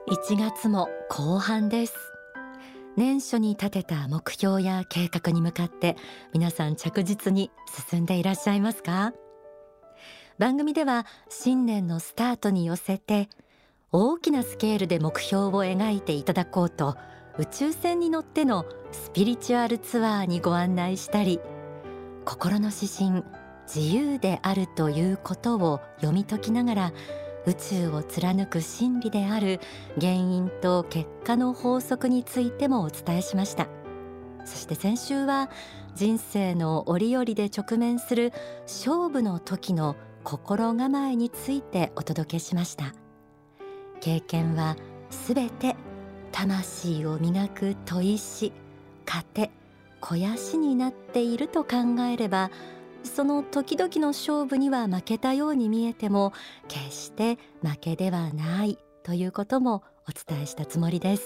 1月も後半です。年初に立てた目標や計画に向かって皆さん着実に進んでいらっしゃいますか？番組では新年のスタートに寄せて大きなスケールで目標を描いていただこうと、宇宙船に乗ってのスピリチュアルツアーにご案内したり、心の指針自由であるということを読み解きながら、宇宙を貫く真理である原因と結果の法則についてもお伝えしました。そして先週は人生の折々で直面する勝負の時の心構えについてお届けしました。経験はすべて魂を磨く砥石、糧、肥やしになっていると考えれば、その時々の勝負には負けたように見えても決して負けではないということもお伝えしたつもりです。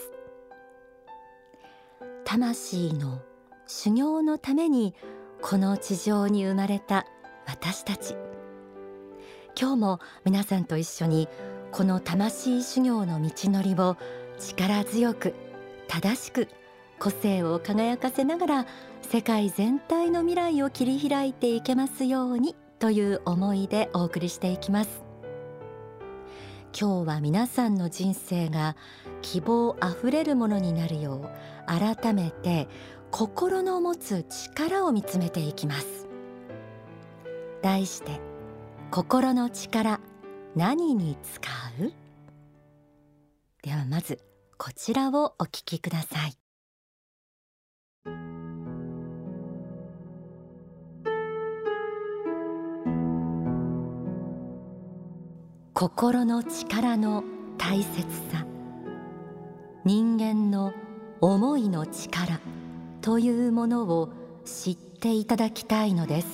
魂の修行のためにこの地上に生まれた私たち、今日も皆さんと一緒にこの魂修行の道のりを力強く正しく個性を輝かせながら世界全体の未来を切り開いていけますようにという思いでお送りしていきます。今日は皆さんの人生が希望あふれるものになるよう、改めて心の持つ力を見つめていきます。題して、心の力、何に使う？ではまずこちらをお聞きください。心の力の大切さ、人間の思いの力というものを知っていただきたいのです。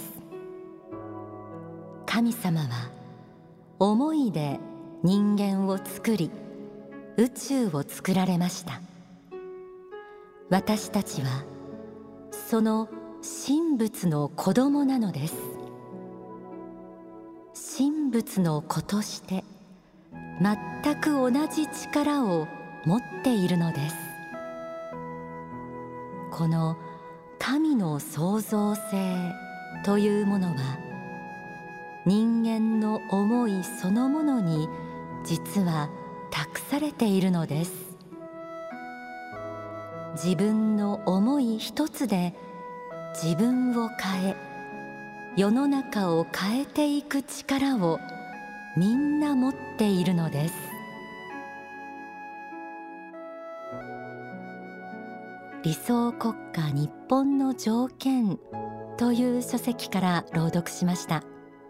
神様は思いで人間を作り、宇宙を作られました。私たちはその神仏の子供なのです。神仏の子として全く同じ力を持っているのです。この神の創造性というものは、人間の思いそのものに実は託されているのです。自分の思い一つで自分を変え、世の中を変えていく力をみんな持っているのです。理想国家日本の条件という書籍から朗読しました。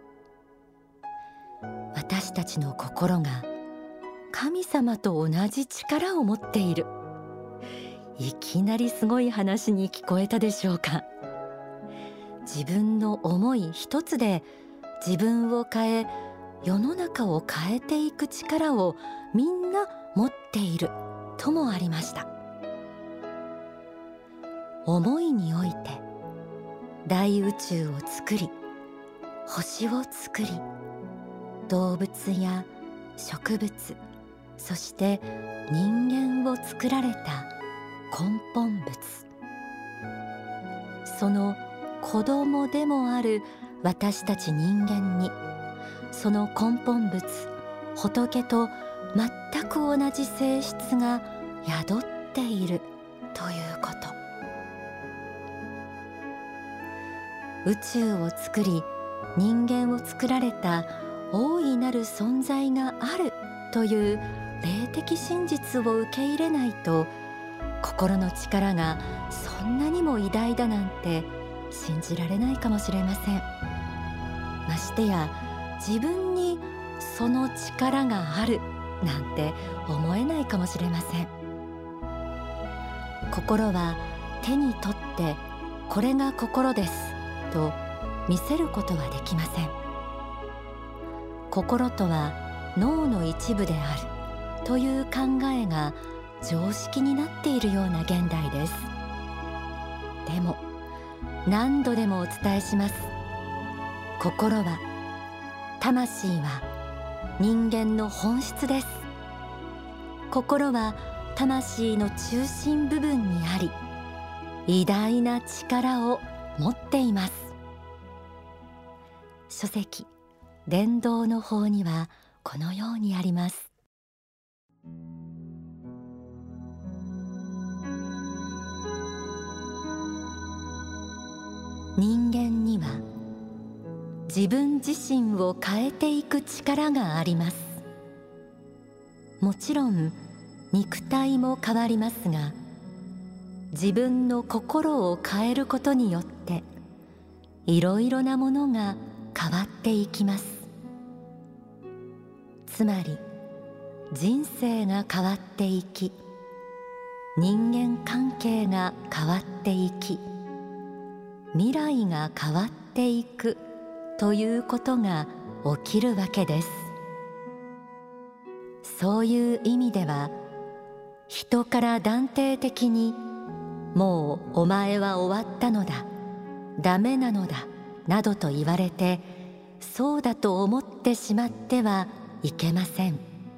私たちの心が神様と同じ力を持っている。いきなりすごい話に聞こえたでしょうか。自分の思い一つで自分を変え、世の中を変えていく力をみんな持っているともありました。思いにおいて大宇宙を作り、星を作り、動物や植物、そして人間を作られた根本物、その子供でもある私たち人間に、その根本物仏と全く同じ性質が宿っているということ。宇宙を作り人間を作られた大いなる存在があるという霊的真実を受け入れないと、心の力がそんなにも偉大だなんて信じられないかもしれません。ましてや自分にその力があるなんて思えないかもしれません。心は手に取ってこれが心ですと見せることはできません。心とは脳の一部であるという考えが常識になっているような現代です。でも何度でもお伝えします。心は、魂は人間の本質です。 心は魂の中心部分にあり、偉大な力を持っています。書籍伝道の法にはこのようにあります。人間には自分自身を変えていく力があります。もちろん肉体も変わりますが、自分の心を変えることによっていろいろなものが変わっていきます。つまり人生が変わっていき、人間関係が変わっていき、未来が変わっていくということが起きるわけです。そういう意味では、人から断定的にもうお前は終わったのだ、ダメなのだなどと言われて、そうだと思ってしまってはいけません。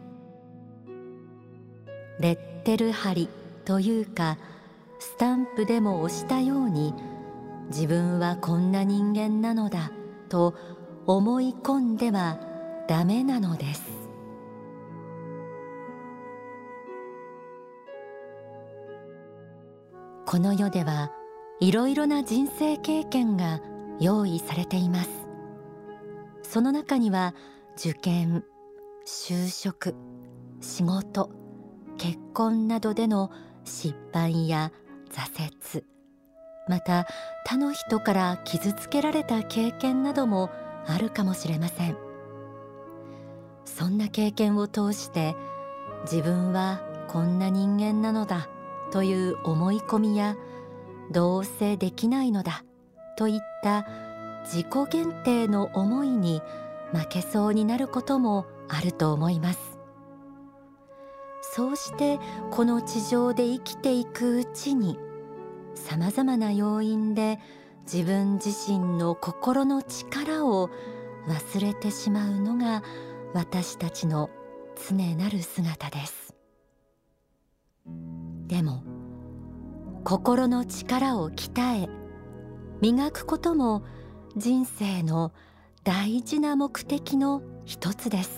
レッテル貼りというか、スタンプでも押したように、自分はこんな人間なのだと思い込んではダメなのです。この世ではいろいろな人生経験が用意されています。その中には受験、就職、仕事、結婚などでの失敗や挫折、また他の人から傷つけられた経験などもあるかもしれません。そんな経験を通して、自分はこんな人間なのだという思い込みや、どうせできないのだといった自己限定の思いに負けそうになることもあると思います。そうしてこの地上で生きていくうちに、さまざまな要因で自分自身の心の力を忘れてしまうのが私たちの常なる姿です。でも心の力を鍛え磨くことも人生の大事な目的の一つです。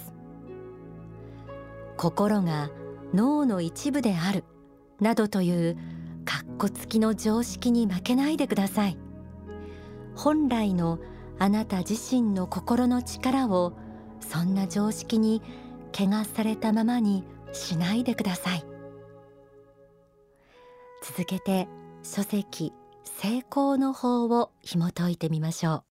心が脳の一部であるなどというかっこつきの常識に負けないでください。本来のあなた自身の心の力をそんな常識に汚されたままにしないでください。続けて書籍成功の法を紐解いてみましょう。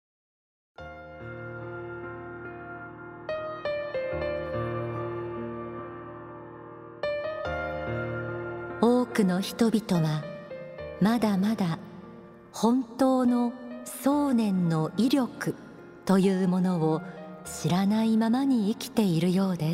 多くの人々はまだまだ本当の想念の威力というものを知らないままに生きているようです。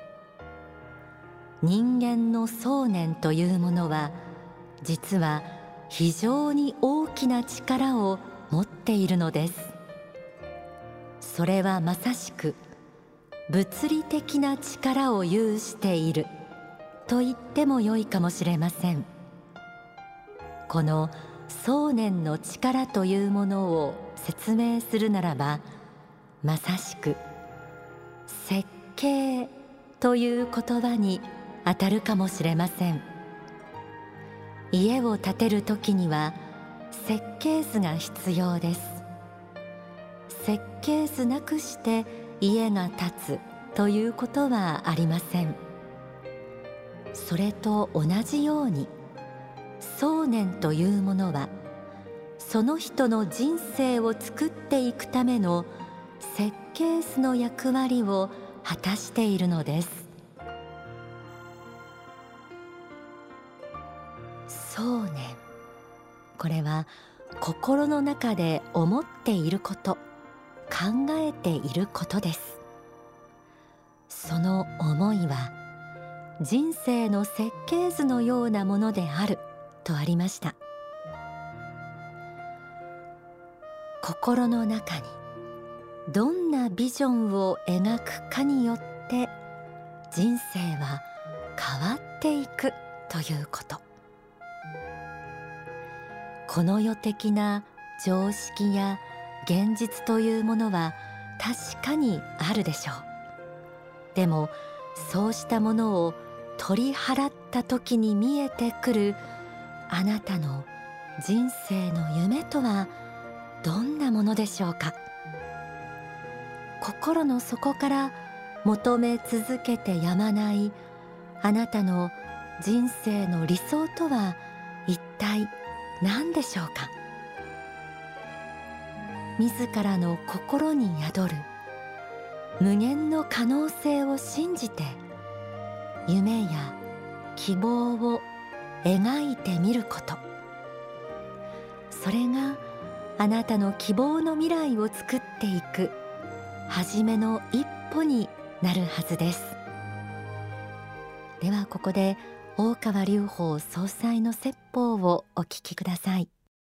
人間の想念というものは実は非常に大きな力を持っているのです。それはまさしく物理的な力を有していると言ってもよいかもしれません。この想念の力というものを説明するならば、まさしく設計という言葉にあたるかもしれません。家を建てるときには設計図が必要です。設計図なくして家が建つということはありません。それと同じように、想念というものはその人の人生を作っていくための設計図の役割を果たしているのです。想念、これは心の中で思っていること、考えていることです。その思いは人生の設計図のようなものであるとありました。心の中にどんなビジョンを描くかによって人生は変わっていくということ。この世的な常識や現実というものは確かにあるでしょう。でもそうしたものを取り払った時に見えてくるあなたの人生の夢とはどんなものでしょうか。心の底から求め続けてやまないあなたの人生の理想とは一体何でしょうか。自らの心に宿る無限の可能性を信じて夢や希望を描いてみること、それがあなたの希望の未来を作っていく初めの一歩になるはずです。ではここで大川隆法総裁の説法をお聞きください。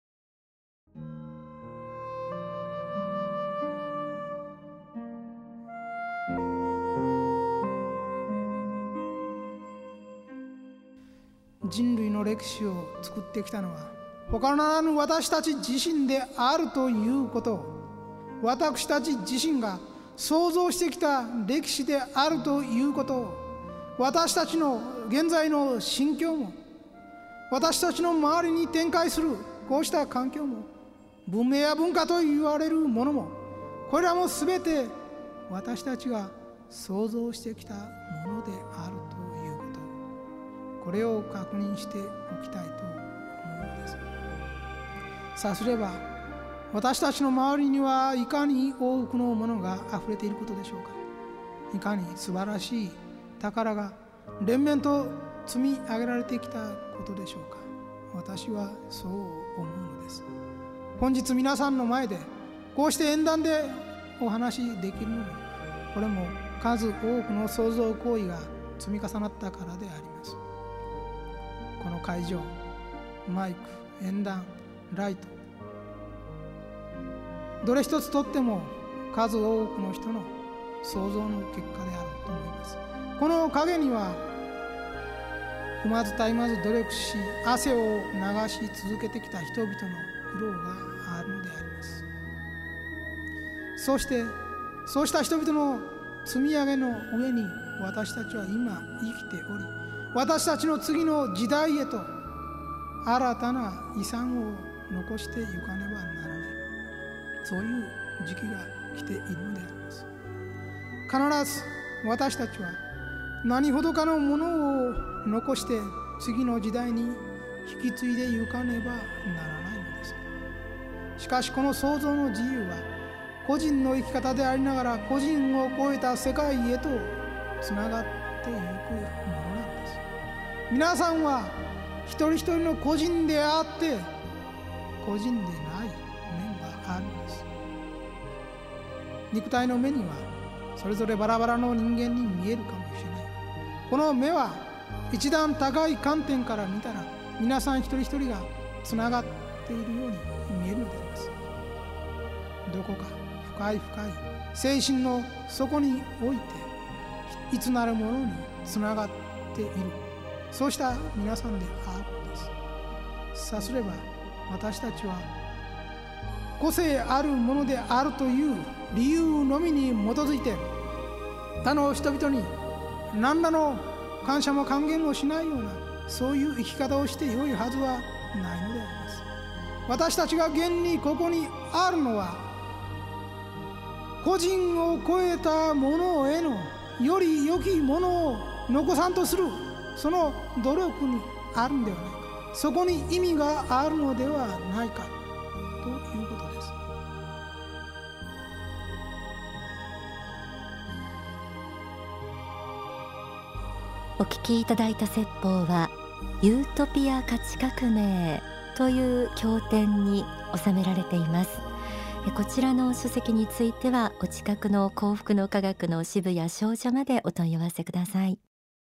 人類の歴史を作ってきたのは他ならぬ私たち自身であるということを、私たち自身が創造してきた歴史であるということを、私たちの現在の心境も、私たちの周りに展開するこうした環境も、文明や文化と言われるものも、これらもすべて私たちが創造してきたものであるということ、これを確認しておきたいと思うのです。さすれば私たちの周りにはいかに多くのものがあふれていることでしょうか。いかに素晴らしい宝が連綿と積み上げられてきたことでしょうか。私はそう思うのです。本日皆さんの前でこうして演談でお話しできるのも、これも数多くの創造行為が積み重なったからであります。この会場、マイク、演壇、ライト、どれ一つとっても数多くの人の創造の結果であると思います。この陰には踏まず絶えまず努力し、汗を流し続けてきた人々の苦労があるのであります。そうした人々の積み上げの上に私たちは今生きており、私たちの次の時代へと新たな遺産を残していかねばならない、そういう時期が来ているのであります。必ず私たちは何ほどかのものを残して次の時代に引き継いでいかねばならないのです。しかしこの創造の自由は個人の生き方でありながら、個人を超えた世界へとつながっていくものなんです。皆さんは一人一人の個人であって個人でない面があるんです。肉体の目にはそれぞれバラバラの人間に見えるかもしれない。この目は一段高い観点から見たら、皆さん一人一人がつながっているように見えるのであります。どこか深い精神の底においていつなるものにつながっている、そうした皆さんであるのです。さすれば私たちは個性あるものであるという理由のみに基づいて、他の人々に何らの感謝も還元もしないような、そういう生き方をして良いはずはないのであります。私たちが現にここにあるのは、個人を超えたものへのより良きものを残さんとする、その努力にあるんではないか、そこに意味があるのではないかということです。 お聞きいただいた説法は、ユートピア価値革命という経典に収められています。こちらの書籍についてはお近くの幸福の科学の支部や商社までお問い合わせください。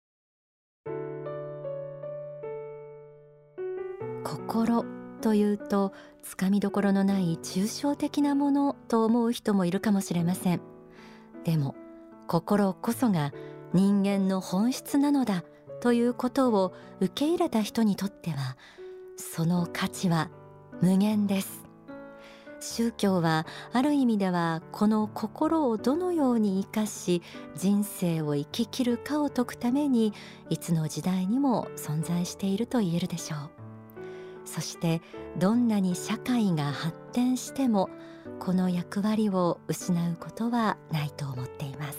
心というとつかみどころのない抽象的なものと思う人もいるかもしれません。でも心こそが人間の本質なのだということを受け入れた人にとっては、その価値は無限です。宗教はある意味ではこの心をどのように生かし人生を生き切るかを説くために、いつの時代にも存在していると言えるでしょう。そしてどんなに社会が発展してもこの役割を失うことはないと思っています。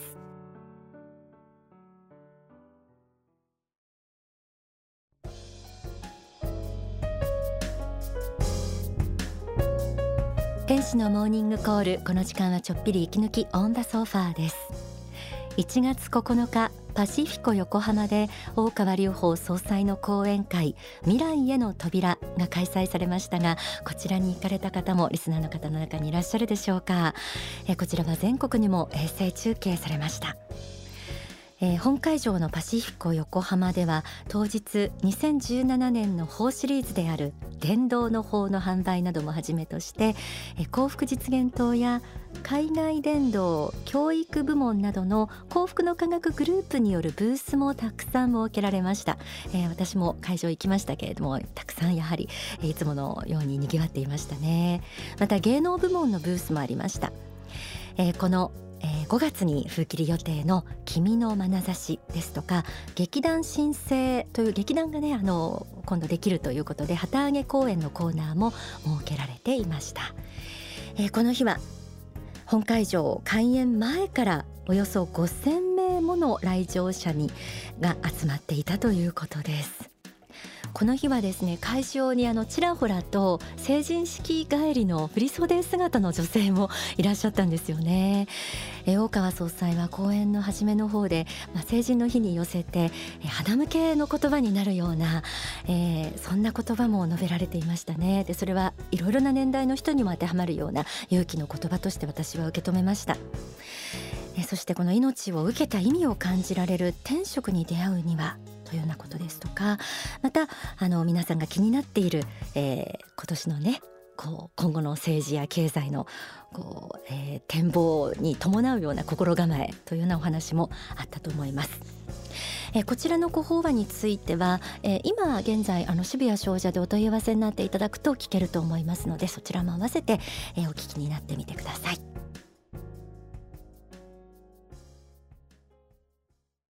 天使のモーニングコール、この時間はちょっぴり息抜きオンダソファーです。1月9日パシフィコ横浜で大川隆法総裁の講演会、未来への扉が開催されましたが、こちらに行かれた方もリスナーの方の中にいらっしゃるでしょうか。こちらは全国にも衛星中継されました。本会場のパシフィコ横浜では当日2017年の法シリーズである伝道の法の販売などもはじめとして、幸福実現党や海外伝道教育部門などの幸福の科学グループによるブースもたくさん設けられました。私も会場行きましたけれども、たくさんやはりいつものように賑わっていましたね。また芸能部門のブースもありました。この5月に封切り予定の君の眼差しですとか、劇団新生という劇団がね今度できるということで旗揚げ公演のコーナーも設けられていました。この日は本会場開演前からおよそ5000名もの来場者が集まっていたということです。この日はですね、会場にちらほらと成人式帰りの振り袖姿の女性もいらっしゃったんですよね。大川総裁は講演の初めの方で、成人の日に寄せて肌向けの言葉になるような、そんな言葉も述べられていましたね。でそれはいろいろな年代の人にも当てはまるような勇気の言葉として私は受け止めました。そしてこの命を受けた意味を感じられる天職に出会うにはというようなことですとか、また皆さんが気になっている、今年のね今後の政治や経済の展望に伴うような心構えというようなお話もあったと思います。こちらのご法話については、今現在渋谷商社でお問い合わせになっていただくと聞けると思いますので、そちらも合わせて、お聞きになってみてください。